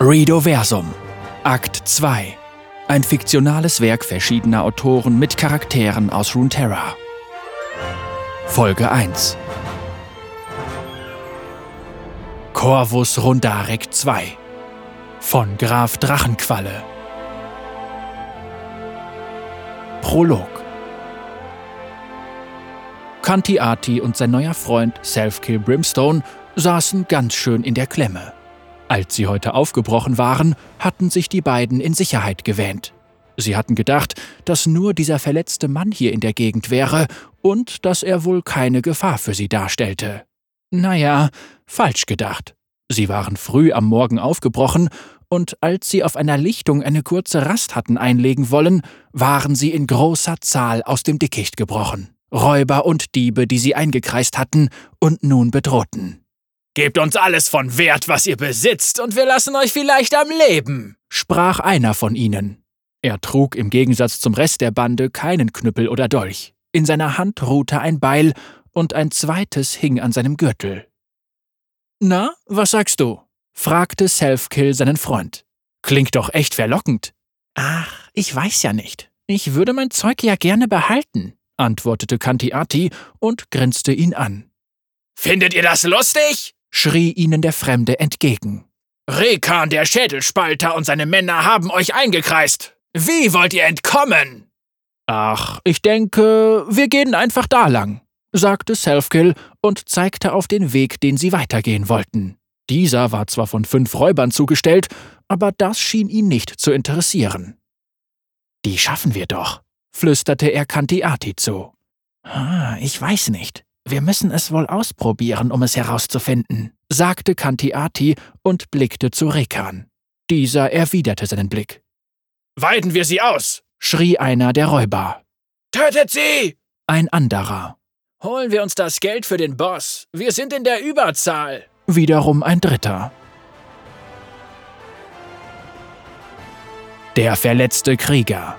Redoversum, Akt 2. Ein fiktionales Werk verschiedener Autoren mit Charakteren aus Runeterra. Folge 1. Corvus Rundarek II von Graf Drachenqualle. Prolog. Cantiati und sein neuer Freund Selfkill Brimstone saßen ganz schön in der Klemme. Als sie heute aufgebrochen waren, hatten sich die beiden in Sicherheit gewähnt. Sie hatten gedacht, dass nur dieser verletzte Mann hier in der Gegend wäre und dass er wohl keine Gefahr für sie darstellte. Naja, falsch gedacht. Sie waren früh am Morgen aufgebrochen und als sie auf einer Lichtung eine kurze Rast hatten einlegen wollen, waren sie in großer Zahl aus dem Dickicht gebrochen. Räuber und Diebe, die sie eingekreist hatten und nun bedrohten. »Gebt uns alles von Wert, was ihr besitzt, und wir lassen euch vielleicht am Leben«, sprach einer von ihnen. Er trug im Gegensatz zum Rest der Bande keinen Knüppel oder Dolch. In seiner Hand ruhte ein Beil und ein zweites hing an seinem Gürtel. »Na, was sagst du?« fragte Selfkill seinen Freund. »Klingt doch echt verlockend.« »Ach, ich weiß ja nicht. Ich würde mein Zeug ja gerne behalten«, antwortete Cantiati und grinste ihn an. »Findet ihr das lustig?« schrie ihnen der Fremde entgegen. »Rekan, der Schädelspalter, und seine Männer haben euch eingekreist. Wie wollt ihr entkommen?« »Ach, ich denke, wir gehen einfach da lang«, sagte Selfkill und zeigte auf den Weg, den sie weitergehen wollten. Dieser war zwar von 5 Räubern zugestellt, aber das schien ihn nicht zu interessieren. »Die schaffen wir doch«, flüsterte er Cantiati zu. »Ich weiß nicht. Wir müssen es wohl ausprobieren, um es herauszufinden«, sagte Cantiati und blickte zu Rekan. Dieser erwiderte seinen Blick. »Weiden wir sie aus«, schrie einer der Räuber. »Tötet sie«, ein anderer. »Holen wir uns das Geld für den Boss. Wir sind in der Überzahl«, wiederum ein dritter. Der verletzte Krieger.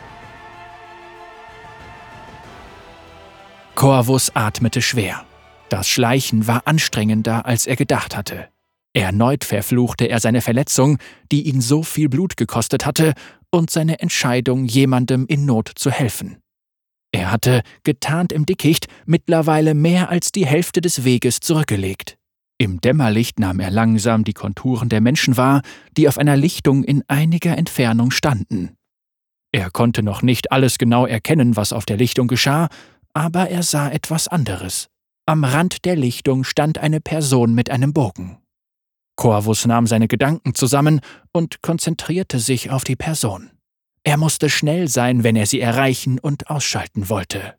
Corvus atmete schwer. Das Schleichen war anstrengender, als er gedacht hatte. Erneut verfluchte er seine Verletzung, die ihn so viel Blut gekostet hatte, und seine Entscheidung, jemandem in Not zu helfen. Er hatte, getarnt im Dickicht, mittlerweile mehr als die Hälfte des Weges zurückgelegt. Im Dämmerlicht nahm er langsam die Konturen der Menschen wahr, die auf einer Lichtung in einiger Entfernung standen. Er konnte noch nicht alles genau erkennen, was auf der Lichtung geschah, aber er sah etwas anderes. Am Rand der Lichtung stand eine Person mit einem Bogen. Corvus nahm seine Gedanken zusammen und konzentrierte sich auf die Person. Er musste schnell sein, wenn er sie erreichen und ausschalten wollte.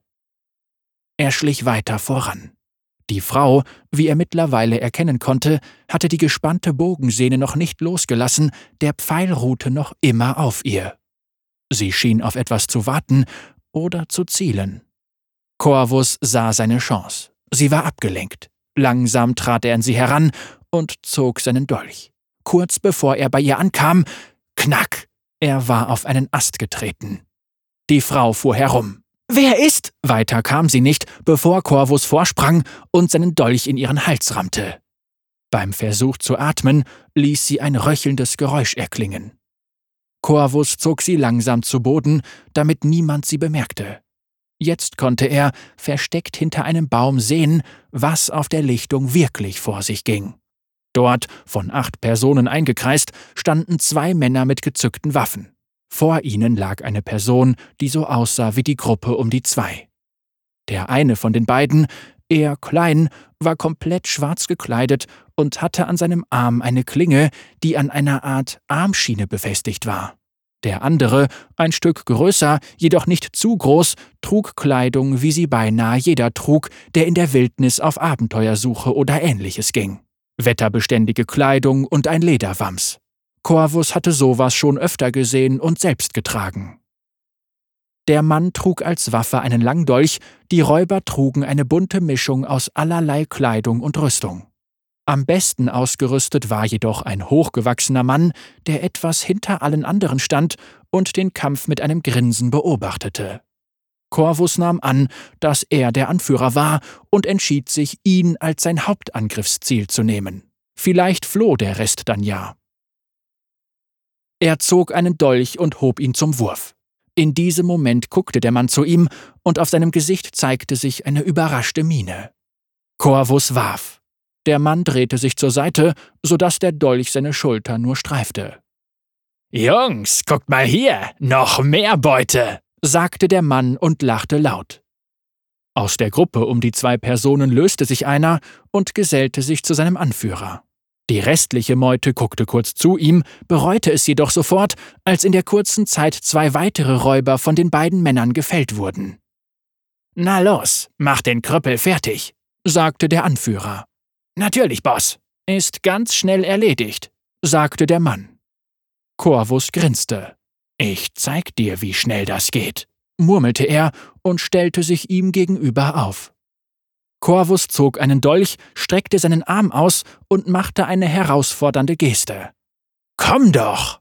Er schlich weiter voran. Die Frau, wie er mittlerweile erkennen konnte, hatte die gespannte Bogensehne noch nicht losgelassen, der Pfeil ruhte noch immer auf ihr. Sie schien auf etwas zu warten oder zu zielen. Corvus sah seine Chance. Sie war abgelenkt. Langsam trat er an sie heran und zog seinen Dolch. Kurz bevor er bei ihr ankam, knack! Er war auf einen Ast getreten. Die Frau fuhr herum. »Wer ist?« Weiter kam sie nicht, bevor Corvus vorsprang und seinen Dolch in ihren Hals rammte. Beim Versuch zu atmen, ließ sie ein röchelndes Geräusch erklingen. Corvus zog sie langsam zu Boden, damit niemand sie bemerkte. Jetzt konnte er, versteckt hinter einem Baum, sehen, was auf der Lichtung wirklich vor sich ging. Dort, von 8 Personen eingekreist, standen 2 Männer mit gezückten Waffen. Vor ihnen lag eine Person, die so aussah wie die Gruppe um die 2. Der eine von den beiden, eher klein, war komplett schwarz gekleidet und hatte an seinem Arm eine Klinge, die an einer Art Armschiene befestigt war. Der andere, ein Stück größer, jedoch nicht zu groß, trug Kleidung, wie sie beinahe jeder trug, der in der Wildnis auf Abenteuersuche oder Ähnliches ging. Wetterbeständige Kleidung und ein Lederwams. Corvus hatte sowas schon öfter gesehen und selbst getragen. Der Mann trug als Waffe einen Langdolch, die Räuber trugen eine bunte Mischung aus allerlei Kleidung und Rüstung. Am besten ausgerüstet war jedoch ein hochgewachsener Mann, der etwas hinter allen anderen stand und den Kampf mit einem Grinsen beobachtete. Corvus nahm an, dass er der Anführer war und entschied sich, ihn als sein Hauptangriffsziel zu nehmen. Vielleicht floh der Rest dann ja. Er zog einen Dolch und hob ihn zum Wurf. In diesem Moment guckte der Mann zu ihm, und auf seinem Gesicht zeigte sich eine überraschte Miene. Corvus warf. Der Mann drehte sich zur Seite, sodass der Dolch seine Schulter nur streifte. »Jungs, guckt mal hier, noch mehr Beute«, sagte der Mann und lachte laut. Aus der Gruppe um die 2 Personen löste sich einer und gesellte sich zu seinem Anführer. Die restliche Meute guckte kurz zu ihm, bereute es jedoch sofort, als in der kurzen Zeit 2 weitere Räuber von den beiden Männern gefällt wurden. »Na los, mach den Krüppel fertig«, sagte der Anführer. »Natürlich, Boss. Ist ganz schnell erledigt«, sagte der Mann. Corvus grinste. »Ich zeig dir, wie schnell das geht«, murmelte er und stellte sich ihm gegenüber auf. Corvus zog einen Dolch, streckte seinen Arm aus und machte eine herausfordernde Geste. »Komm doch!«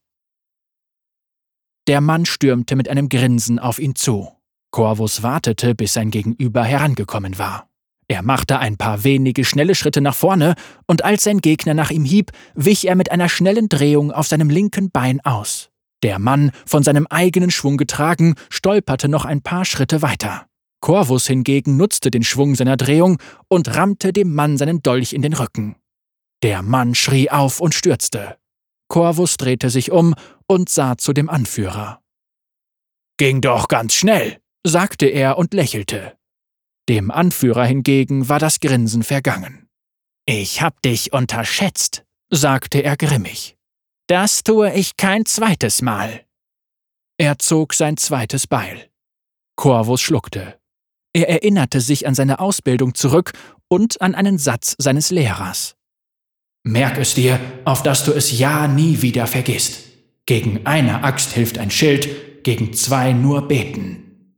Der Mann stürmte mit einem Grinsen auf ihn zu. Corvus wartete, bis sein Gegenüber herangekommen war. Er machte ein paar wenige schnelle Schritte nach vorne, und als sein Gegner nach ihm hieb, wich er mit einer schnellen Drehung auf seinem linken Bein aus. Der Mann, von seinem eigenen Schwung getragen, stolperte noch ein paar Schritte weiter. Corvus hingegen nutzte den Schwung seiner Drehung und rammte dem Mann seinen Dolch in den Rücken. Der Mann schrie auf und stürzte. Corvus drehte sich um und sah zu dem Anführer. »Ging doch ganz schnell«, sagte er und lächelte. Dem Anführer hingegen war das Grinsen vergangen. »Ich hab dich unterschätzt«, sagte er grimmig. »Das tue ich kein zweites Mal.« Er zog sein zweites Beil. Corvus schluckte. Er erinnerte sich an seine Ausbildung zurück und an einen Satz seines Lehrers. »Merk es dir, auf dass du es ja nie wieder vergisst. Gegen eine Axt hilft ein Schild, gegen 2 nur beten.«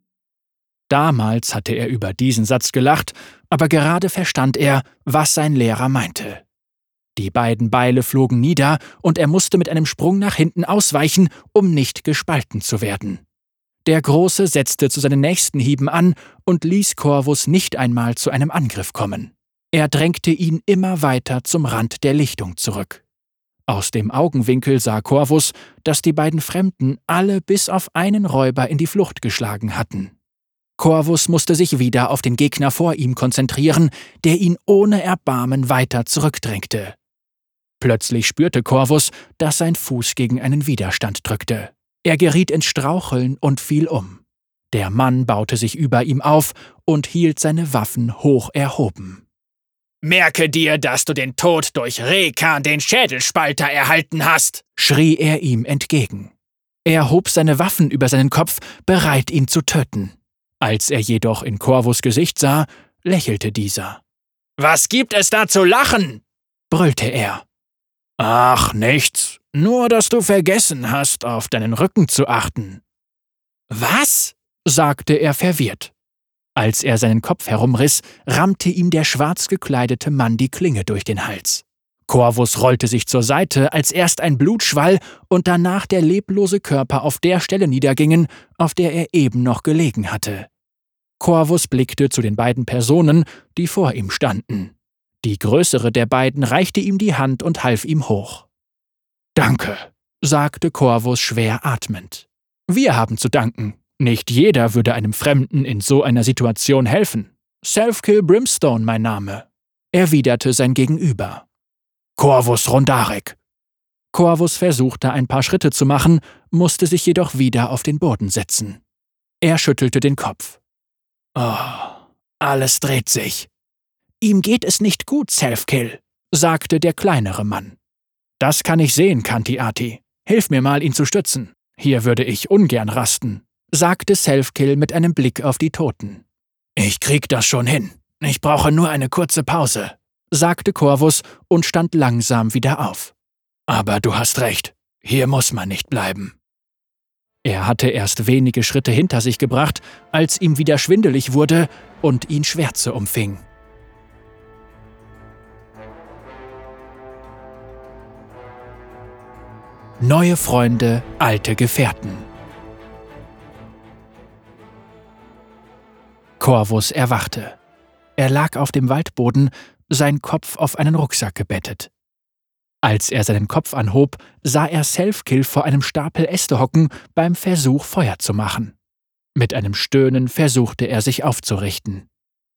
Damals hatte er über diesen Satz gelacht, aber gerade verstand er, was sein Lehrer meinte. Die beiden Beile flogen nieder, und er musste mit einem Sprung nach hinten ausweichen, um nicht gespalten zu werden. Der Große setzte zu seinen nächsten Hieben an und ließ Corvus nicht einmal zu einem Angriff kommen. Er drängte ihn immer weiter zum Rand der Lichtung zurück. Aus dem Augenwinkel sah Corvus, dass die beiden Fremden alle bis auf einen Räuber in die Flucht geschlagen hatten. Corvus musste sich wieder auf den Gegner vor ihm konzentrieren, der ihn ohne Erbarmen weiter zurückdrängte. Plötzlich spürte Corvus, dass sein Fuß gegen einen Widerstand drückte. Er geriet ins Straucheln und fiel um. Der Mann baute sich über ihm auf und hielt seine Waffen hoch erhoben. »Merke dir, dass du den Tod durch Rekan, den Schädelspalter, erhalten hast«, schrie er ihm entgegen. Er hob seine Waffen über seinen Kopf, bereit, ihn zu töten. Als er jedoch in Corvus' Gesicht sah, lächelte dieser. »Was gibt es da zu lachen?« brüllte er. »Ach, nichts. Nur, dass du vergessen hast, auf deinen Rücken zu achten.« »Was?« sagte er verwirrt. Als er seinen Kopf herumriss, rammte ihm der schwarz gekleidete Mann die Klinge durch den Hals. Corvus rollte sich zur Seite, als erst ein Blutschwall und danach der leblose Körper auf der Stelle niedergingen, auf der er eben noch gelegen hatte. Corvus blickte zu den beiden Personen, die vor ihm standen. Die größere der beiden reichte ihm die Hand und half ihm hoch. »Danke«, sagte Corvus schwer atmend. »Wir haben zu danken. Nicht jeder würde einem Fremden in so einer Situation helfen. Selfkill Brimstone mein Name«, erwiderte sein Gegenüber. »Corvus Rondarek.« Corvus versuchte ein paar Schritte zu machen, musste sich jedoch wieder auf den Boden setzen. Er schüttelte den Kopf. »Oh, alles dreht sich.« »Ihm geht es nicht gut, Selfkill«, sagte der kleinere Mann. »Das kann ich sehen, Kanti-Ati. Hilf mir mal, ihn zu stützen. Hier würde ich ungern rasten«, sagte Selfkill mit einem Blick auf die Toten. »Ich krieg das schon hin. Ich brauche nur eine kurze Pause«, sagte Corvus und stand langsam wieder auf. »Aber du hast recht. Hier muss man nicht bleiben.« Er hatte erst wenige Schritte hinter sich gebracht, als ihm wieder schwindelig wurde und ihn Schwärze umfing. Neue Freunde, alte Gefährten. Corvus erwachte. Er lag auf dem Waldboden, sein Kopf auf einen Rucksack gebettet. Als er seinen Kopf anhob, sah er Selfkill vor einem Stapel Äste hocken, beim Versuch, Feuer zu machen. Mit einem Stöhnen versuchte er sich aufzurichten.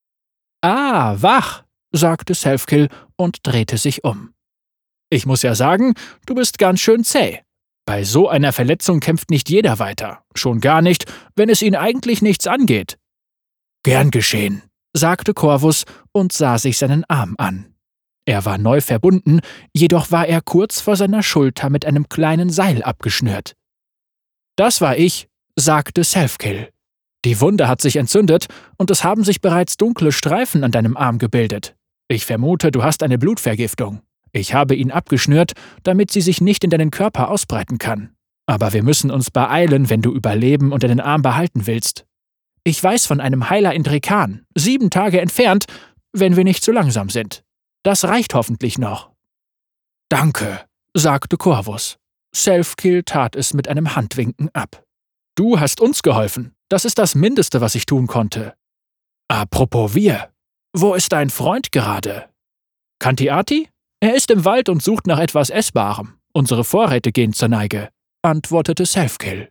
»Ah, wach«, sagte Selfkill und drehte sich um. »Ich muss ja sagen, du bist ganz schön zäh. Bei so einer Verletzung kämpft nicht jeder weiter, schon gar nicht, wenn es ihn eigentlich nichts angeht.« »Gern geschehen«, sagte Corvus und sah sich seinen Arm an. Er war neu verbunden, jedoch war er kurz vor seiner Schulter mit einem kleinen Seil abgeschnürt. »Das war ich«, sagte Selfkill. »Die Wunde hat sich entzündet und es haben sich bereits dunkle Streifen an deinem Arm gebildet. Ich vermute, du hast eine Blutvergiftung. Ich habe ihn abgeschnürt, damit sie sich nicht in deinen Körper ausbreiten kann. Aber wir müssen uns beeilen, wenn du überleben und deinen Arm behalten willst. Ich weiß von einem Heiler in Drekan, 7 Tage entfernt, wenn wir nicht zu langsam sind. Das reicht hoffentlich noch.« »Danke«, sagte Corvus. Selfkill tat es mit einem Handwinken ab. »Du hast uns geholfen. Das ist das Mindeste, was ich tun konnte.« »Apropos wir. Wo ist dein Freund gerade?« »Kantiati? Er ist im Wald und sucht nach etwas Essbarem. Unsere Vorräte gehen zur Neige«, antwortete Selfkill.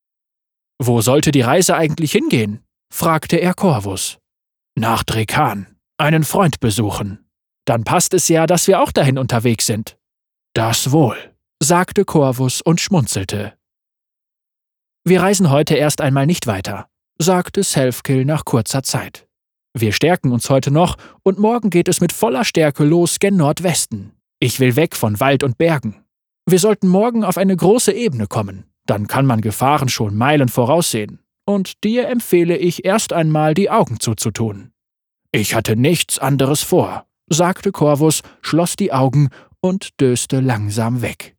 »Wo sollte die Reise eigentlich hingehen?« fragte er Corvus. »Nach Drekan. Einen Freund besuchen. Dann passt es ja, dass wir auch dahin unterwegs sind.« »Das wohl«, sagte Corvus und schmunzelte. »Wir reisen heute erst einmal nicht weiter«, sagte Selfkill nach kurzer Zeit. »Wir stärken uns heute noch und morgen geht es mit voller Stärke los gen Nordwesten. Ich will weg von Wald und Bergen. Wir sollten morgen auf eine große Ebene kommen. Dann kann man Gefahren schon Meilen voraussehen. Und dir empfehle ich erst einmal, die Augen zuzutun.« »Ich hatte nichts anderes vor«, sagte Corvus, schloss die Augen und döste langsam weg.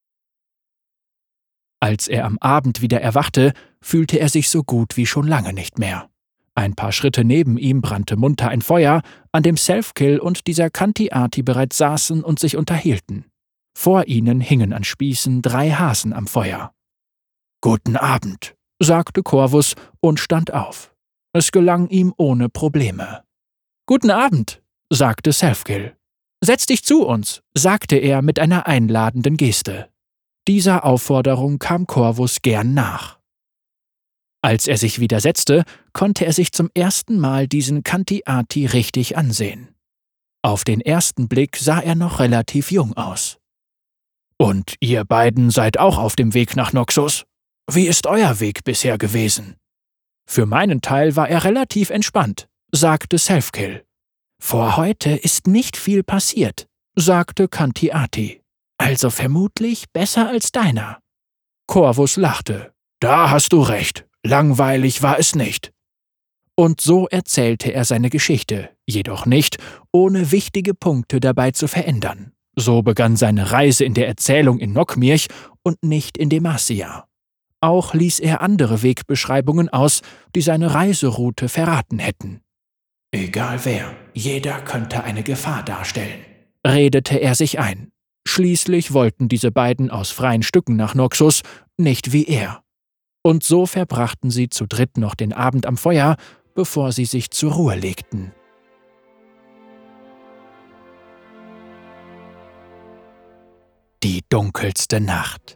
Als er am Abend wieder erwachte, fühlte er sich so gut wie schon lange nicht mehr. Ein paar Schritte neben ihm brannte munter ein Feuer, an dem Selfkill und dieser Kantiati bereits saßen und sich unterhielten. Vor ihnen hingen an Spießen 3 Hasen am Feuer. »Guten Abend«, sagte Corvus und stand auf. Es gelang ihm ohne Probleme. »Guten Abend«, sagte Selfkill. »Setz dich zu uns«, sagte er mit einer einladenden Geste. Dieser Aufforderung kam Corvus gern nach. Als er sich wieder setzte, konnte er sich zum ersten Mal diesen Kantiati richtig ansehen. Auf den ersten Blick sah er noch relativ jung aus. »Und ihr beiden seid auch auf dem Weg nach Noxus? Wie ist euer Weg bisher gewesen?« »Für meinen Teil war er relativ entspannt«, sagte Selfkill. »Vor heute ist nicht viel passiert«, sagte Kantiati. »Also vermutlich besser als deiner.« Corvus lachte. »Da hast du recht. Langweilig war es nicht.« Und so erzählte er seine Geschichte, jedoch nicht, ohne wichtige Punkte dabei zu verändern. So begann seine Reise in der Erzählung in Nokmirch und nicht in Demacia. Auch ließ er andere Wegbeschreibungen aus, die seine Reiseroute verraten hätten. »Egal wer, jeder könnte eine Gefahr darstellen«, redete er sich ein. Schließlich wollten diese beiden aus freien Stücken nach Noxus, nicht wie er. Und so verbrachten sie zu dritt noch den Abend am Feuer, bevor sie sich zur Ruhe legten. Die dunkelste Nacht.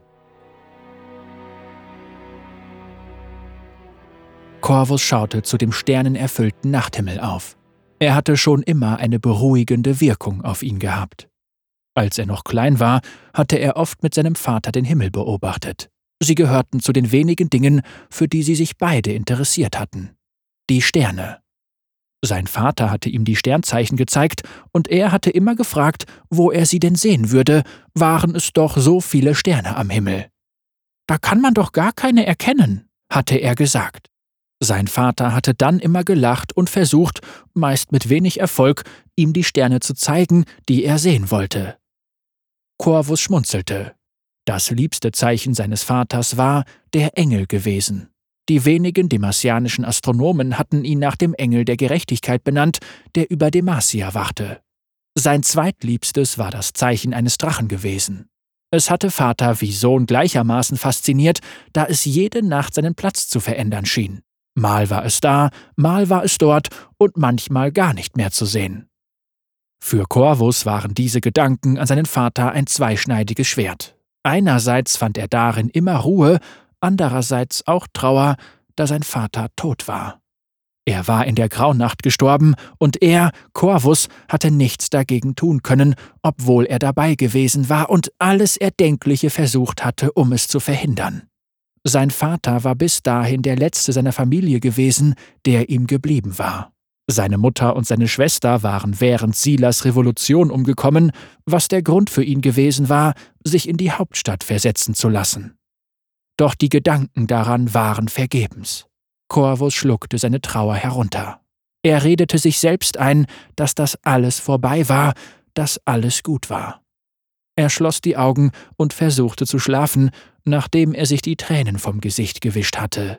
Corvus schaute zu dem sternenerfüllten Nachthimmel auf. Er hatte schon immer eine beruhigende Wirkung auf ihn gehabt. Als er noch klein war, hatte er oft mit seinem Vater den Himmel beobachtet. Sie gehörten zu den wenigen Dingen, für die sie sich beide interessiert hatten. Die Sterne. Sein Vater hatte ihm die Sternzeichen gezeigt, und er hatte immer gefragt, wo er sie denn sehen würde, waren es doch so viele Sterne am Himmel. »Da kann man doch gar keine erkennen«, hatte er gesagt. Sein Vater hatte dann immer gelacht und versucht, meist mit wenig Erfolg, ihm die Sterne zu zeigen, die er sehen wollte. Corvus schmunzelte. Das liebste Zeichen seines Vaters war der Engel gewesen. Die wenigen demasianischen Astronomen hatten ihn nach dem Engel der Gerechtigkeit benannt, der über Demacia wachte. Sein zweitliebstes war das Zeichen eines Drachen gewesen. Es hatte Vater wie Sohn gleichermaßen fasziniert, da es jede Nacht seinen Platz zu verändern schien. Mal war es da, mal war es dort und manchmal gar nicht mehr zu sehen. Für Corvus waren diese Gedanken an seinen Vater ein zweischneidiges Schwert. Einerseits fand er darin immer Ruhe, andererseits auch Trauer, da sein Vater tot war. Er war in der Graunacht gestorben, und er, Corvus, hatte nichts dagegen tun können, obwohl er dabei gewesen war und alles Erdenkliche versucht hatte, um es zu verhindern. Sein Vater war bis dahin der letzte seiner Familie gewesen, der ihm geblieben war. Seine Mutter und seine Schwester waren während Silas Revolution umgekommen, was der Grund für ihn gewesen war, sich in die Hauptstadt versetzen zu lassen. Doch die Gedanken daran waren vergebens. Corvus schluckte seine Trauer herunter. Er redete sich selbst ein, dass das alles vorbei war, dass alles gut war. Er schloss die Augen und versuchte zu schlafen, nachdem er sich die Tränen vom Gesicht gewischt hatte.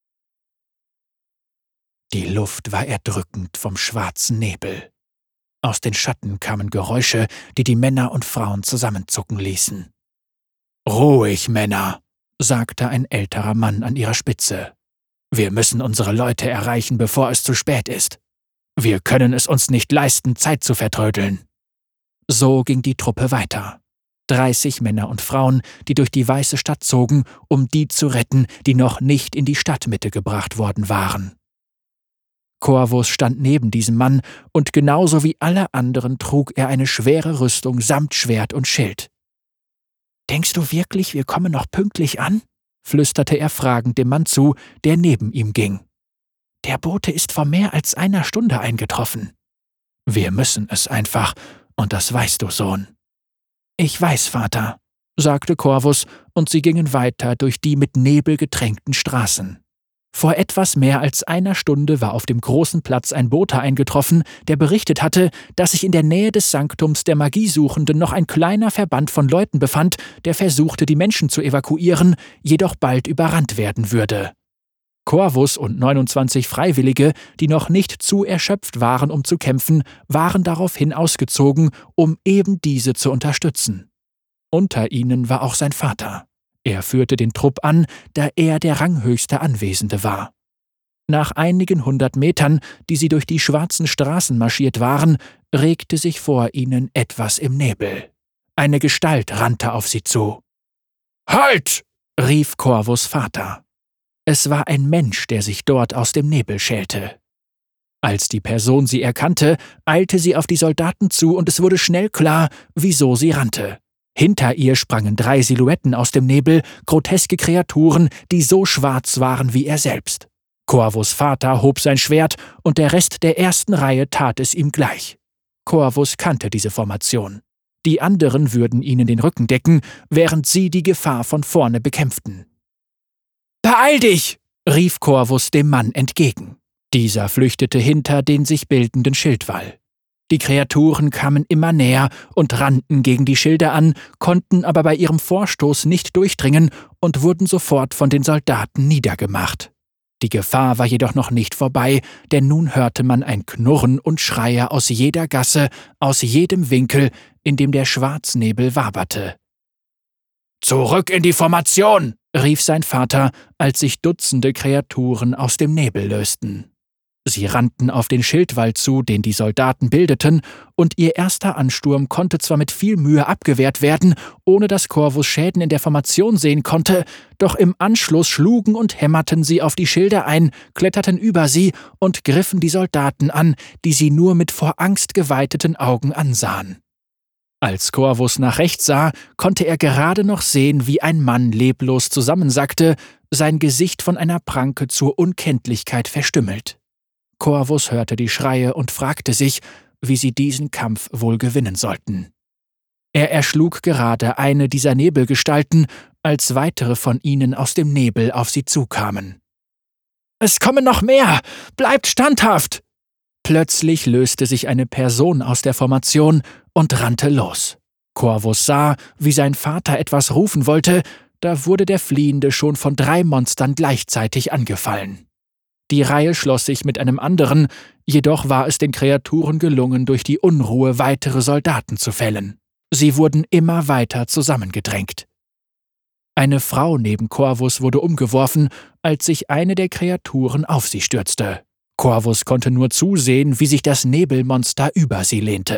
Die Luft war erdrückend vom schwarzen Nebel. Aus den Schatten kamen Geräusche, die die Männer und Frauen zusammenzucken ließen. »Ruhig, Männer«, sagte ein älterer Mann an ihrer Spitze. »Wir müssen unsere Leute erreichen, bevor es zu spät ist. Wir können es uns nicht leisten, Zeit zu vertrödeln.« So ging die Truppe weiter. 30 Männer und Frauen, die durch die weiße Stadt zogen, um die zu retten, die noch nicht in die Stadtmitte gebracht worden waren. Corvus stand neben diesem Mann, und genauso wie alle anderen trug er eine schwere Rüstung samt Schwert und Schild. »Denkst du wirklich, wir kommen noch pünktlich an?« flüsterte er fragend dem Mann zu, der neben ihm ging. »Der Bote ist vor mehr als einer Stunde eingetroffen.« »Wir müssen es einfach, und das weißt du, Sohn.« »Ich weiß, Vater«, sagte Corvus, und sie gingen weiter durch die mit Nebel getränkten Straßen. Vor etwas mehr als einer Stunde war auf dem großen Platz ein Bote eingetroffen, der berichtet hatte, dass sich in der Nähe des Sanktums der Magiesuchenden noch ein kleiner Verband von Leuten befand, der versuchte, die Menschen zu evakuieren, jedoch bald überrannt werden würde. Corvus und 29 Freiwillige, die noch nicht zu erschöpft waren, um zu kämpfen, waren daraufhin ausgezogen, um eben diese zu unterstützen. Unter ihnen war auch sein Vater. Er führte den Trupp an, da er der ranghöchste Anwesende war. Nach einigen 100 Metern, die sie durch die schwarzen Straßen marschiert waren, regte sich vor ihnen etwas im Nebel. Eine Gestalt rannte auf sie zu. »Halt!« rief Corvus' Vater. Es war ein Mensch, der sich dort aus dem Nebel schälte. Als die Person sie erkannte, eilte sie auf die Soldaten zu, und es wurde schnell klar, wieso sie rannte. Hinter ihr sprangen 3 Silhouetten aus dem Nebel, groteske Kreaturen, die so schwarz waren wie er selbst. Corvus' Vater hob sein Schwert, und der Rest der ersten Reihe tat es ihm gleich. Corvus kannte diese Formation. Die anderen würden ihnen den Rücken decken, während sie die Gefahr von vorne bekämpften. »Beeil dich!« rief Corvus dem Mann entgegen. Dieser flüchtete hinter den sich bildenden Schildwall. Die Kreaturen kamen immer näher und rannten gegen die Schilde an, konnten aber bei ihrem Vorstoß nicht durchdringen und wurden sofort von den Soldaten niedergemacht. Die Gefahr war jedoch noch nicht vorbei, denn nun hörte man ein Knurren und Schreie aus jeder Gasse, aus jedem Winkel, in dem der Schwarznebel waberte. »Zurück in die Formation!« rief sein Vater, als sich Dutzende Kreaturen aus dem Nebel lösten. Sie rannten auf den Schildwall zu, den die Soldaten bildeten, und ihr erster Ansturm konnte zwar mit viel Mühe abgewehrt werden, ohne dass Corvus Schäden in der Formation sehen konnte, doch im Anschluss schlugen und hämmerten sie auf die Schilde ein, kletterten über sie und griffen die Soldaten an, die sie nur mit vor Angst geweiteten Augen ansahen. Als Corvus nach rechts sah, konnte er gerade noch sehen, wie ein Mann leblos zusammensackte, sein Gesicht von einer Pranke zur Unkenntlichkeit verstümmelt. Corvus hörte die Schreie und fragte sich, wie sie diesen Kampf wohl gewinnen sollten. Er erschlug gerade eine dieser Nebelgestalten, als weitere von ihnen aus dem Nebel auf sie zukamen. »Es kommen noch mehr! Bleibt standhaft!« Plötzlich löste sich eine Person aus der Formation und rannte los. Corvus sah, wie sein Vater etwas rufen wollte, da wurde der Fliehende schon von 3 Monstern gleichzeitig angefallen. Die Reihe schloss sich mit einem anderen, jedoch war es den Kreaturen gelungen, durch die Unruhe weitere Soldaten zu fällen. Sie wurden immer weiter zusammengedrängt. Eine Frau neben Corvus wurde umgeworfen, als sich eine der Kreaturen auf sie stürzte. Corvus konnte nur zusehen, wie sich das Nebelmonster über sie lehnte.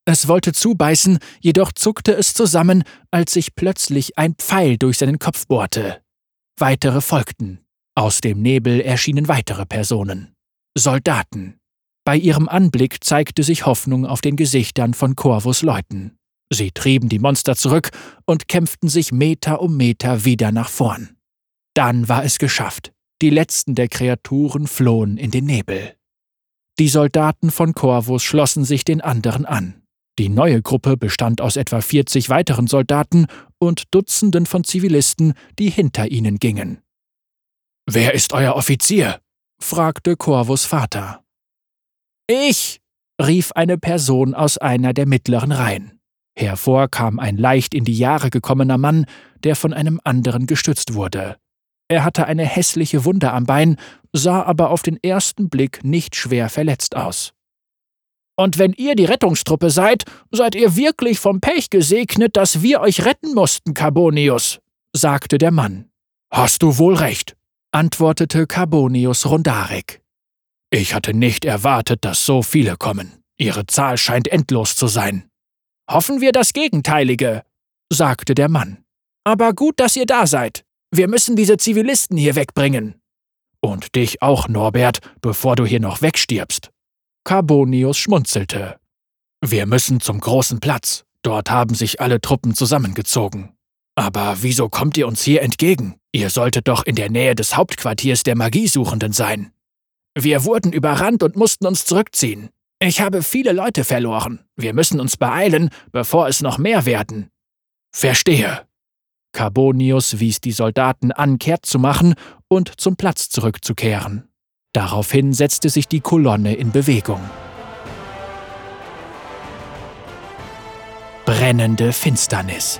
Es wollte zubeißen, jedoch zuckte es zusammen, als sich plötzlich ein Pfeil durch seinen Kopf bohrte. Weitere folgten. Aus dem Nebel erschienen weitere Personen. Soldaten. Bei ihrem Anblick zeigte sich Hoffnung auf den Gesichtern von Corvus' Leuten. Sie trieben die Monster zurück und kämpften sich Meter um Meter wieder nach vorn. Dann war es geschafft. Die letzten der Kreaturen flohen in den Nebel. Die Soldaten von Corvus schlossen sich den anderen an. Die neue Gruppe bestand aus etwa 40 weiteren Soldaten und Dutzenden von Zivilisten, die hinter ihnen gingen. »Wer ist euer Offizier?« fragte Corvus' Vater. »Ich«, rief eine Person aus einer der mittleren Reihen. Hervor kam ein leicht in die Jahre gekommener Mann, der von einem anderen gestützt wurde. Er hatte eine hässliche Wunde am Bein, sah aber auf den ersten Blick nicht schwer verletzt aus. »Und wenn ihr die Rettungstruppe seid, seid ihr wirklich vom Pech gesegnet, dass wir euch retten mussten, Carbonius«, sagte der Mann. »Hast du wohl recht«, antwortete Carbonius Rundarik. »Ich hatte nicht erwartet, dass so viele kommen. Ihre Zahl scheint endlos zu sein.« »Hoffen wir das Gegenteilige«, sagte der Mann. »Aber gut, dass ihr da seid. Wir müssen diese Zivilisten hier wegbringen.« »Und dich auch, Norbert, bevor du hier noch wegstirbst.« Carbonius schmunzelte. »Wir müssen zum großen Platz. Dort haben sich alle Truppen zusammengezogen. Aber wieso kommt ihr uns hier entgegen? Ihr solltet doch in der Nähe des Hauptquartiers der Magiesuchenden sein.« »Wir wurden überrannt und mussten uns zurückziehen. Ich habe viele Leute verloren. Wir müssen uns beeilen, bevor es noch mehr werden.« »Verstehe.« Carbonius wies die Soldaten an, kehrt zu machen und zum Platz zurückzukehren. Daraufhin setzte sich die Kolonne in Bewegung. Brennende Finsternis.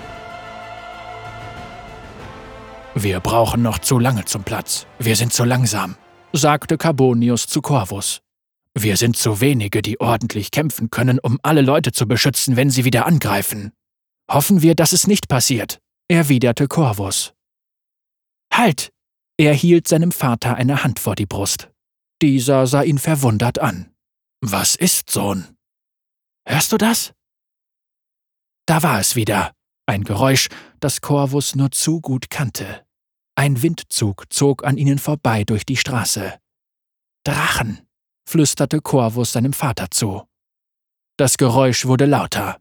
»Wir brauchen noch zu lange zum Platz. Wir sind zu langsam«, sagte Carbonius zu Corvus. »Wir sind zu wenige, die ordentlich kämpfen können, um alle Leute zu beschützen, wenn sie wieder angreifen. Hoffen wir, dass es nicht passiert«, erwiderte Corvus. »Halt!« Er hielt seinem Vater eine Hand vor die Brust. Dieser sah ihn verwundert an. »Was ist, Sohn?« »Hörst du das?« Da war es wieder, ein Geräusch, das Corvus nur zu gut kannte. Ein Windzug zog an ihnen vorbei durch die Straße. »Drachen«, flüsterte Corvus seinem Vater zu. Das Geräusch wurde lauter.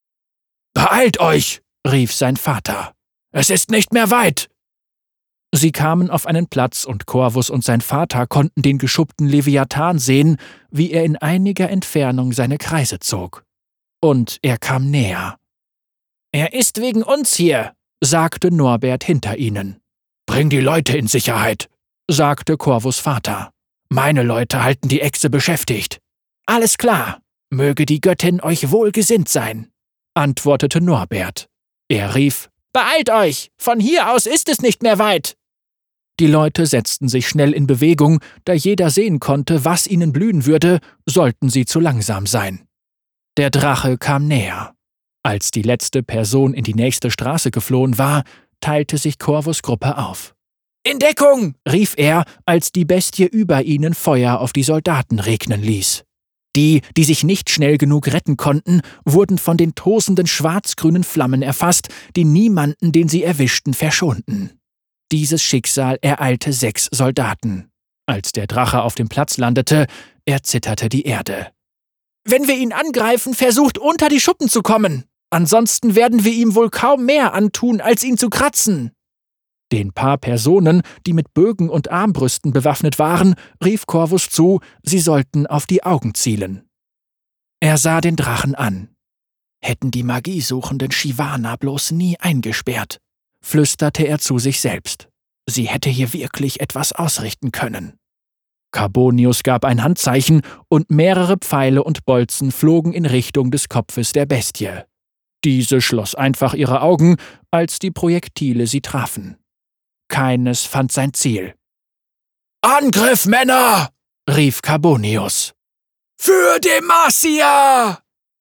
»Beeilt euch«, rief sein Vater. »Es ist nicht mehr weit.« Sie kamen auf einen Platz und Corvus und sein Vater konnten den geschuppten Leviathan sehen, wie er in einiger Entfernung seine Kreise zog. Und er kam näher. »Er ist wegen uns hier«, sagte Norbert hinter ihnen. »Bring die Leute in Sicherheit«, sagte Corvus' Vater. »Meine Leute halten die Echse beschäftigt.« »Alles klar, möge die Göttin euch wohlgesinnt sein«, antwortete Norbert. Er rief, »Beeilt euch, von hier aus ist es nicht mehr weit.« Die Leute setzten sich schnell in Bewegung, da jeder sehen konnte, was ihnen blühen würde, sollten sie zu langsam sein. Der Drache kam näher. Als die letzte Person in die nächste Straße geflohen war, teilte sich Corvus' Gruppe auf. »In Deckung«, rief er, als die Bestie über ihnen Feuer auf die Soldaten regnen ließ. Die sich nicht schnell genug retten konnten, wurden von den tosenden schwarz-grünen Flammen erfasst, die niemanden, den sie erwischten, verschonten. Dieses Schicksal ereilte 6 Soldaten. Als der Drache auf dem Platz landete, erzitterte die Erde. »Wenn wir ihn angreifen, versucht unter die Schuppen zu kommen. Ansonsten werden wir ihm wohl kaum mehr antun, als ihn zu kratzen.« Den paar Personen, die mit Bögen und Armbrüsten bewaffnet waren, rief Corvus zu, sie sollten auf die Augen zielen. Er sah den Drachen an. »Hätten die Magiesuchenden Shivana bloß nie eingesperrt«, flüsterte er zu sich selbst. »Sie hätte hier wirklich etwas ausrichten können.« Carbonius gab ein Handzeichen und mehrere Pfeile und Bolzen flogen in Richtung des Kopfes der Bestie. Diese schloss einfach ihre Augen, als die Projektile sie trafen. Keines fand sein Ziel. »Angriff, Männer!« rief Carbonius. »Für Demacia!«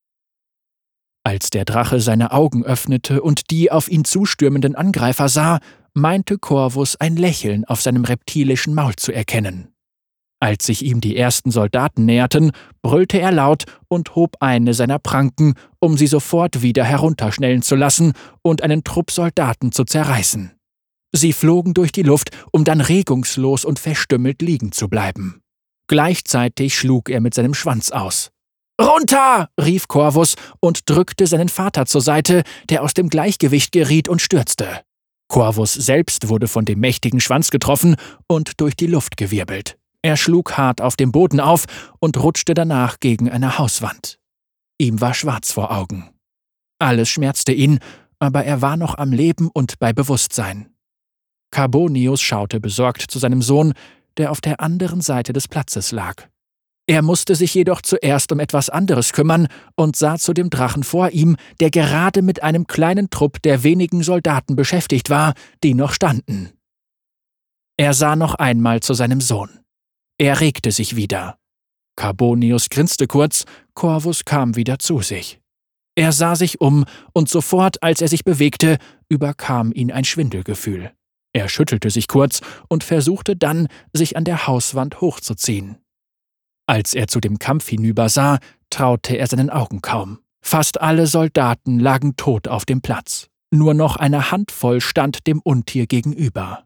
Als der Drache seine Augen öffnete und die auf ihn zustürmenden Angreifer sah, meinte Corvus ein Lächeln auf seinem reptilischen Maul zu erkennen. Als sich ihm die ersten Soldaten näherten, brüllte er laut und hob eine seiner Pranken, um sie sofort wieder herunterschnellen zu lassen und einen Trupp Soldaten zu zerreißen. Sie flogen durch die Luft, um dann regungslos und verstümmelt liegen zu bleiben. Gleichzeitig schlug er mit seinem Schwanz aus. »Runter!« rief Corvus und drückte seinen Vater zur Seite, der aus dem Gleichgewicht geriet und stürzte. Corvus selbst wurde von dem mächtigen Schwanz getroffen und durch die Luft gewirbelt. Er schlug hart auf dem Boden auf und rutschte danach gegen eine Hauswand. Ihm war schwarz vor Augen. Alles schmerzte ihn, aber er war noch am Leben und bei Bewusstsein. Carbonius schaute besorgt zu seinem Sohn, der auf der anderen Seite des Platzes lag. Er musste sich jedoch zuerst um etwas anderes kümmern und sah zu dem Drachen vor ihm, der gerade mit einem kleinen Trupp der wenigen Soldaten beschäftigt war, die noch standen. Er sah noch einmal zu seinem Sohn. Er regte sich wieder. Carbonius grinste kurz, Corvus kam wieder zu sich. Er sah sich um, und sofort, als er sich bewegte, überkam ihn ein Schwindelgefühl. Er schüttelte sich kurz und versuchte dann, sich an der Hauswand hochzuziehen. Als er zu dem Kampf hinübersah, traute er seinen Augen kaum. Fast alle Soldaten lagen tot auf dem Platz. Nur noch eine Handvoll stand dem Untier gegenüber.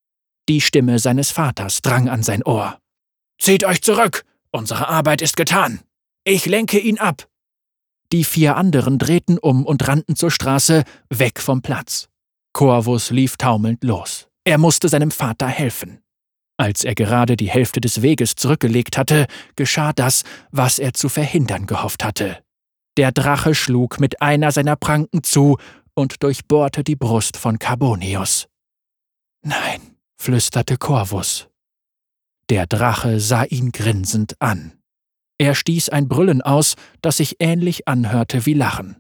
Die Stimme seines Vaters drang an sein Ohr. »Zieht euch zurück! Unsere Arbeit ist getan! Ich lenke ihn ab!« Die 4 anderen drehten um und rannten zur Straße, weg vom Platz. Corvus lief taumelnd los. Er musste seinem Vater helfen. Als er gerade die Hälfte des Weges zurückgelegt hatte, geschah das, was er zu verhindern gehofft hatte. Der Drache schlug mit einer seiner Pranken zu und durchbohrte die Brust von Carbonius. »Nein«, flüsterte Corvus. Der Drache sah ihn grinsend an. Er stieß ein Brüllen aus, das sich ähnlich anhörte wie Lachen.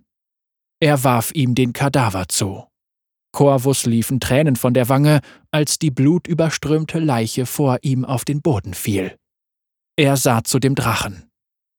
Er warf ihm den Kadaver zu. Corvus liefen Tränen von der Wange, als die blutüberströmte Leiche vor ihm auf den Boden fiel. Er sah zu dem Drachen.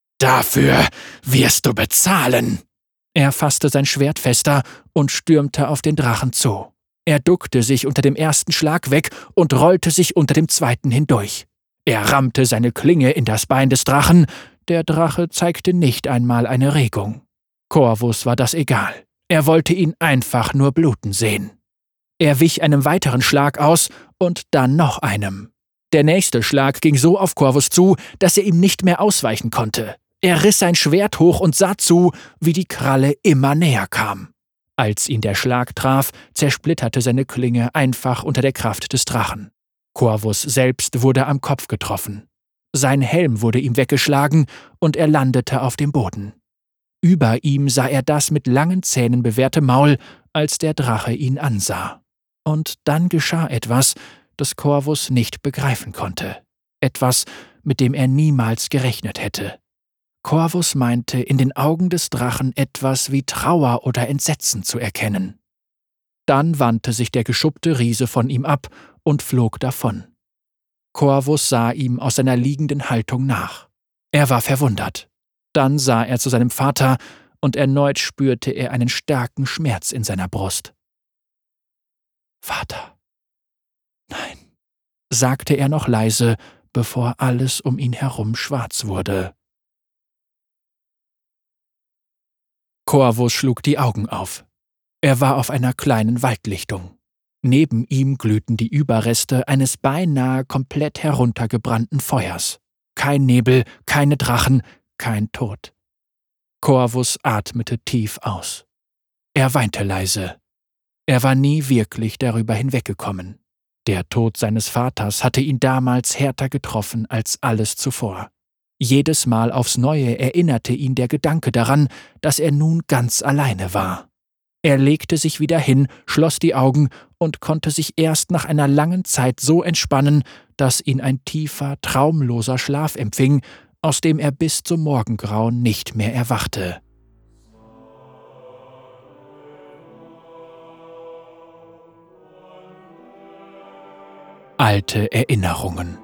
»Dafür wirst du bezahlen!« Er fasste sein Schwert fester und stürmte auf den Drachen zu. Er duckte sich unter dem ersten Schlag weg und rollte sich unter dem zweiten hindurch. Er rammte seine Klinge in das Bein des Drachen. Der Drache zeigte nicht einmal eine Regung. Corvus war das egal. Er wollte ihn einfach nur bluten sehen. Er wich einem weiteren Schlag aus und dann noch einem. Der nächste Schlag ging so auf Corvus zu, dass er ihm nicht mehr ausweichen konnte. Er riss sein Schwert hoch und sah zu, wie die Kralle immer näher kam. Als ihn der Schlag traf, zersplitterte seine Klinge einfach unter der Kraft des Drachen. Corvus selbst wurde am Kopf getroffen. Sein Helm wurde ihm weggeschlagen und er landete auf dem Boden. Über ihm sah er das mit langen Zähnen bewehrte Maul, als der Drache ihn ansah. Und dann geschah etwas, das Corvus nicht begreifen konnte. Etwas, mit dem er niemals gerechnet hätte. Corvus meinte, in den Augen des Drachen etwas wie Trauer oder Entsetzen zu erkennen. Dann wandte sich der geschuppte Riese von ihm ab und flog davon. Corvus sah ihm aus seiner liegenden Haltung nach. Er war verwundert. Dann sah er zu seinem Vater, und erneut spürte er einen starken Schmerz in seiner Brust. »Vater, nein«, sagte er noch leise, bevor alles um ihn herum schwarz wurde. Corvus schlug die Augen auf. Er war auf einer kleinen Waldlichtung. Neben ihm glühten die Überreste eines beinahe komplett heruntergebrannten Feuers. Kein Nebel, keine Drachen, kein Tod. Corvus atmete tief aus. Er weinte leise. Er war nie wirklich darüber hinweggekommen. Der Tod seines Vaters hatte ihn damals härter getroffen als alles zuvor. Jedes Mal aufs Neue erinnerte ihn der Gedanke daran, dass er nun ganz alleine war. Er legte sich wieder hin, schloss die Augen und konnte sich erst nach einer langen Zeit so entspannen, dass ihn ein tiefer, traumloser Schlaf empfing, aus dem er bis zum Morgengrauen nicht mehr erwachte. Alte Erinnerungen.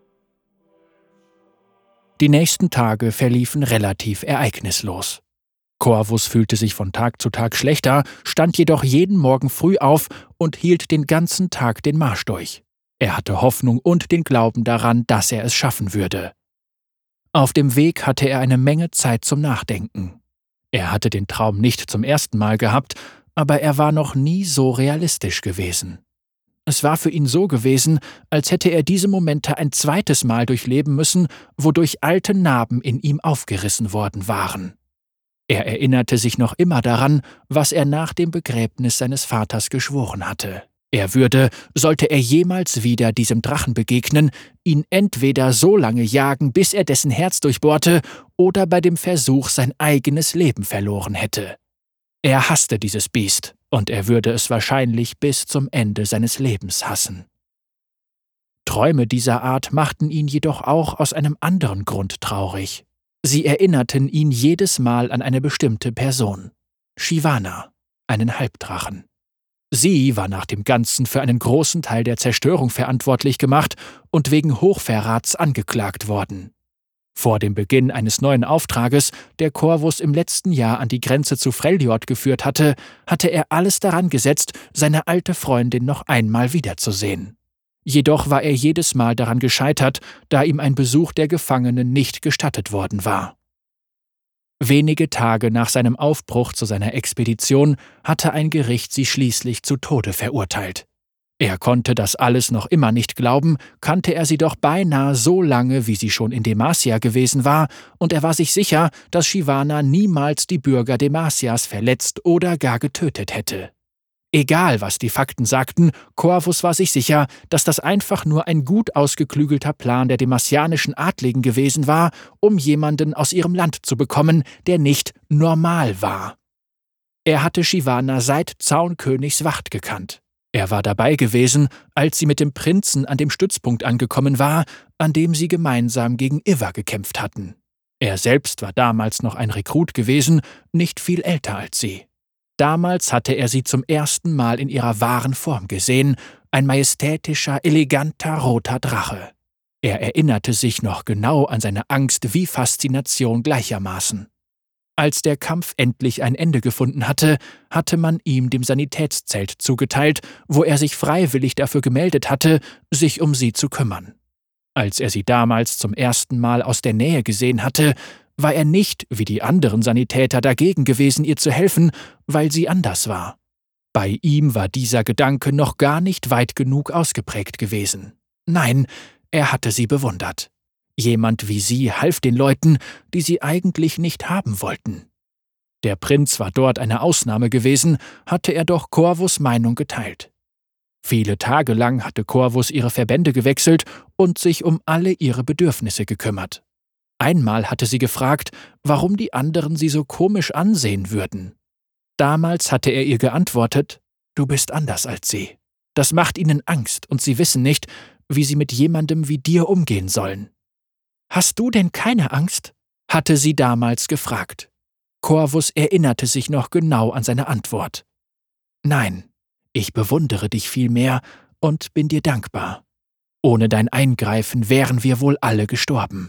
Die nächsten Tage verliefen relativ ereignislos. Corvus fühlte sich von Tag zu Tag schlechter, stand jedoch jeden Morgen früh auf und hielt den ganzen Tag den Marsch durch. Er hatte Hoffnung und den Glauben daran, dass er es schaffen würde. Auf dem Weg hatte er eine Menge Zeit zum Nachdenken. Er hatte den Traum nicht zum ersten Mal gehabt, aber er war noch nie so realistisch gewesen. Es war für ihn so gewesen, als hätte er diese Momente ein zweites Mal durchleben müssen, wodurch alte Narben in ihm aufgerissen worden waren. Er erinnerte sich noch immer daran, was er nach dem Begräbnis seines Vaters geschworen hatte. Er würde, sollte er jemals wieder diesem Drachen begegnen, ihn entweder so lange jagen, bis er dessen Herz durchbohrte, oder bei dem Versuch sein eigenes Leben verloren hätte. Er hasste dieses Biest, und er würde es wahrscheinlich bis zum Ende seines Lebens hassen. Träume dieser Art machten ihn jedoch auch aus einem anderen Grund traurig. Sie erinnerten ihn jedes Mal an eine bestimmte Person: Shyvana, einen Halbdrachen. Sie war nach dem Ganzen für einen großen Teil der Zerstörung verantwortlich gemacht und wegen Hochverrats angeklagt worden. Vor dem Beginn eines neuen Auftrages, der Corvus im letzten Jahr an die Grenze zu Freljord geführt hatte, hatte er alles daran gesetzt, seine alte Freundin noch einmal wiederzusehen. Jedoch war er jedes Mal daran gescheitert, da ihm ein Besuch der Gefangenen nicht gestattet worden war. Wenige Tage nach seinem Aufbruch zu seiner Expedition hatte ein Gericht sie schließlich zu Tode verurteilt. Er konnte das alles noch immer nicht glauben, kannte er sie doch beinahe so lange, wie sie schon in Demacia gewesen war, und er war sich sicher, dass Shyvana niemals die Bürger Demacias verletzt oder gar getötet hätte. Egal, was die Fakten sagten, Corvus war sich sicher, dass das einfach nur ein gut ausgeklügelter Plan der demacianischen Adligen gewesen war, um jemanden aus ihrem Land zu bekommen, der nicht normal war. Er hatte Shyvana seit Zaunkönigs Wacht gekannt. Er war dabei gewesen, als sie mit dem Prinzen an dem Stützpunkt angekommen war, an dem sie gemeinsam gegen Iver gekämpft hatten. Er selbst war damals noch ein Rekrut gewesen, nicht viel älter als sie. Damals hatte er sie zum ersten Mal in ihrer wahren Form gesehen, ein majestätischer, eleganter, roter Drache. Er erinnerte sich noch genau an seine Angst wie Faszination gleichermaßen. Als der Kampf endlich ein Ende gefunden hatte, hatte man ihm dem Sanitätszelt zugeteilt, wo er sich freiwillig dafür gemeldet hatte, sich um sie zu kümmern. Als er sie damals zum ersten Mal aus der Nähe gesehen hatte, war er nicht, wie die anderen Sanitäter, dagegen gewesen, ihr zu helfen, weil sie anders war. Bei ihm war dieser Gedanke noch gar nicht weit genug ausgeprägt gewesen. Nein, er hatte sie bewundert. Jemand wie sie half den Leuten, die sie eigentlich nicht haben wollten. Der Prinz war dort eine Ausnahme gewesen, hatte er doch Corvus' Meinung geteilt. Viele Tage lang hatte Corvus ihre Verbände gewechselt und sich um alle ihre Bedürfnisse gekümmert. Einmal hatte sie gefragt, warum die anderen sie so komisch ansehen würden. Damals hatte er ihr geantwortet: »Du bist anders als sie. Das macht ihnen Angst und sie wissen nicht, wie sie mit jemandem wie dir umgehen sollen.« »Hast du denn keine Angst?« hatte sie damals gefragt. Corvus erinnerte sich noch genau an seine Antwort. »Nein, ich bewundere dich vielmehr und bin dir dankbar. Ohne dein Eingreifen wären wir wohl alle gestorben.«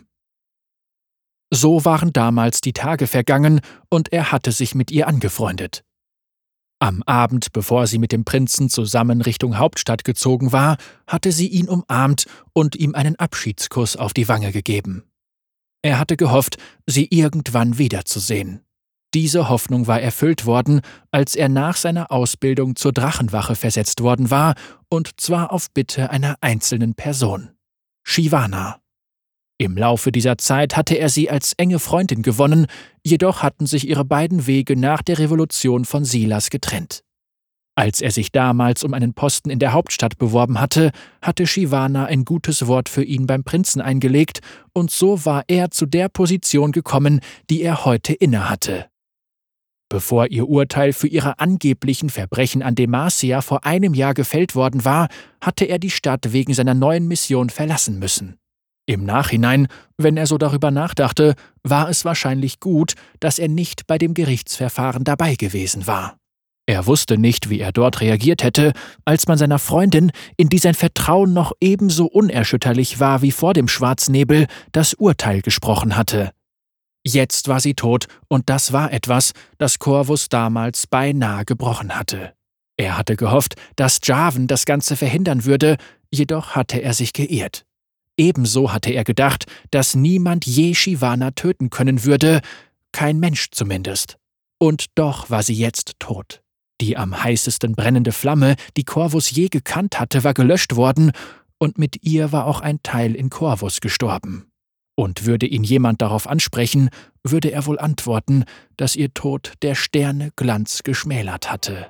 So waren damals die Tage vergangen, und er hatte sich mit ihr angefreundet. Am Abend, bevor sie mit dem Prinzen zusammen Richtung Hauptstadt gezogen war, hatte sie ihn umarmt und ihm einen Abschiedskuss auf die Wange gegeben. Er hatte gehofft, sie irgendwann wiederzusehen. Diese Hoffnung war erfüllt worden, als er nach seiner Ausbildung zur Drachenwache versetzt worden war, und zwar auf Bitte einer einzelnen Person: Shyvana. Im Laufe dieser Zeit hatte er sie als enge Freundin gewonnen, jedoch hatten sich ihre beiden Wege nach der Revolution von Silas getrennt. Als er sich damals um einen Posten in der Hauptstadt beworben hatte, hatte Shyvana ein gutes Wort für ihn beim Prinzen eingelegt, und so war er zu der Position gekommen, die er heute innehatte. Bevor ihr Urteil für ihre angeblichen Verbrechen an Demacia vor einem Jahr gefällt worden war, hatte er die Stadt wegen seiner neuen Mission verlassen müssen. Im Nachhinein, wenn er so darüber nachdachte, war es wahrscheinlich gut, dass er nicht bei dem Gerichtsverfahren dabei gewesen war. Er wusste nicht, wie er dort reagiert hätte, als man seiner Freundin, in die sein Vertrauen noch ebenso unerschütterlich war wie vor dem Schwarznebel, das Urteil gesprochen hatte. Jetzt war sie tot, und das war etwas, das Corvus damals beinahe gebrochen hatte. Er hatte gehofft, dass Jarvan das Ganze verhindern würde, jedoch hatte er sich geirrt. Ebenso hatte er gedacht, dass niemand je Shyvana töten können würde, kein Mensch zumindest. Und doch war sie jetzt tot. Die am heißesten brennende Flamme, die Corvus je gekannt hatte, war gelöscht worden, und mit ihr war auch ein Teil in Corvus gestorben. Und würde ihn jemand darauf ansprechen, würde er wohl antworten, dass ihr Tod der Sterne Glanz geschmälert hatte.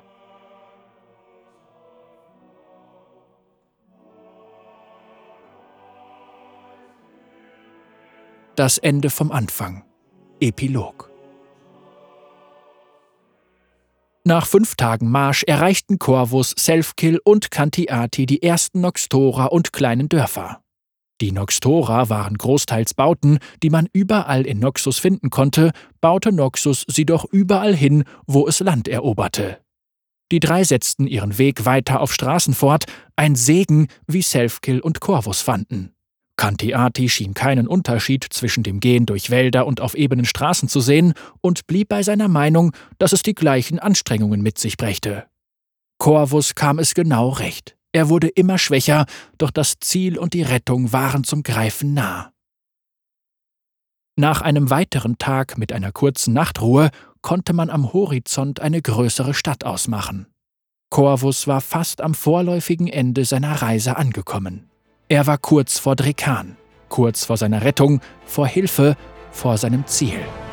Das Ende vom Anfang. Epilog. Nach 5 Tagen Marsch erreichten Corvus, Selfkill und Cantiati die ersten Noxtora und kleinen Dörfer. Die Noxtora waren großteils Bauten, die man überall in Noxus finden konnte, baute Noxus sie doch überall hin, wo es Land eroberte. Die 3 setzten ihren Weg weiter auf Straßen fort, ein Segen, wie Selfkill und Corvus fanden. Cantiati schien keinen Unterschied zwischen dem Gehen durch Wälder und auf ebenen Straßen zu sehen und blieb bei seiner Meinung, dass es die gleichen Anstrengungen mit sich brächte. Corvus kam es genau recht. Er wurde immer schwächer, doch das Ziel und die Rettung waren zum Greifen nah. Nach einem weiteren Tag mit einer kurzen Nachtruhe konnte man am Horizont eine größere Stadt ausmachen. Corvus war fast am vorläufigen Ende seiner Reise angekommen. Er war kurz vor Drekan, kurz vor seiner Rettung, vor Hilfe, vor seinem Ziel.